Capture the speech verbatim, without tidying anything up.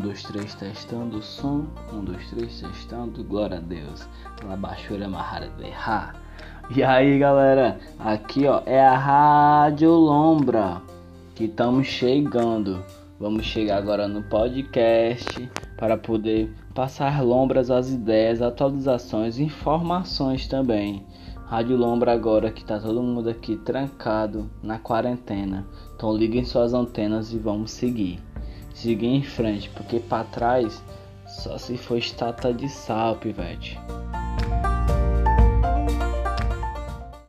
dois, três, testando o som. Um, dois, três, testando. Glória a Deus. La baixura amarrada de errar. E aí, galera, aqui ó é a Rádio Lombra que estamos chegando. Vamos chegar agora no podcast para poder passar lombras às ideias, atualizações, informações também. Rádio Lombra agora que tá todo mundo aqui trancado na quarentena. Então liguem suas antenas e vamos seguir. Seguir em frente, porque para trás só se for estátua de sal, pivete.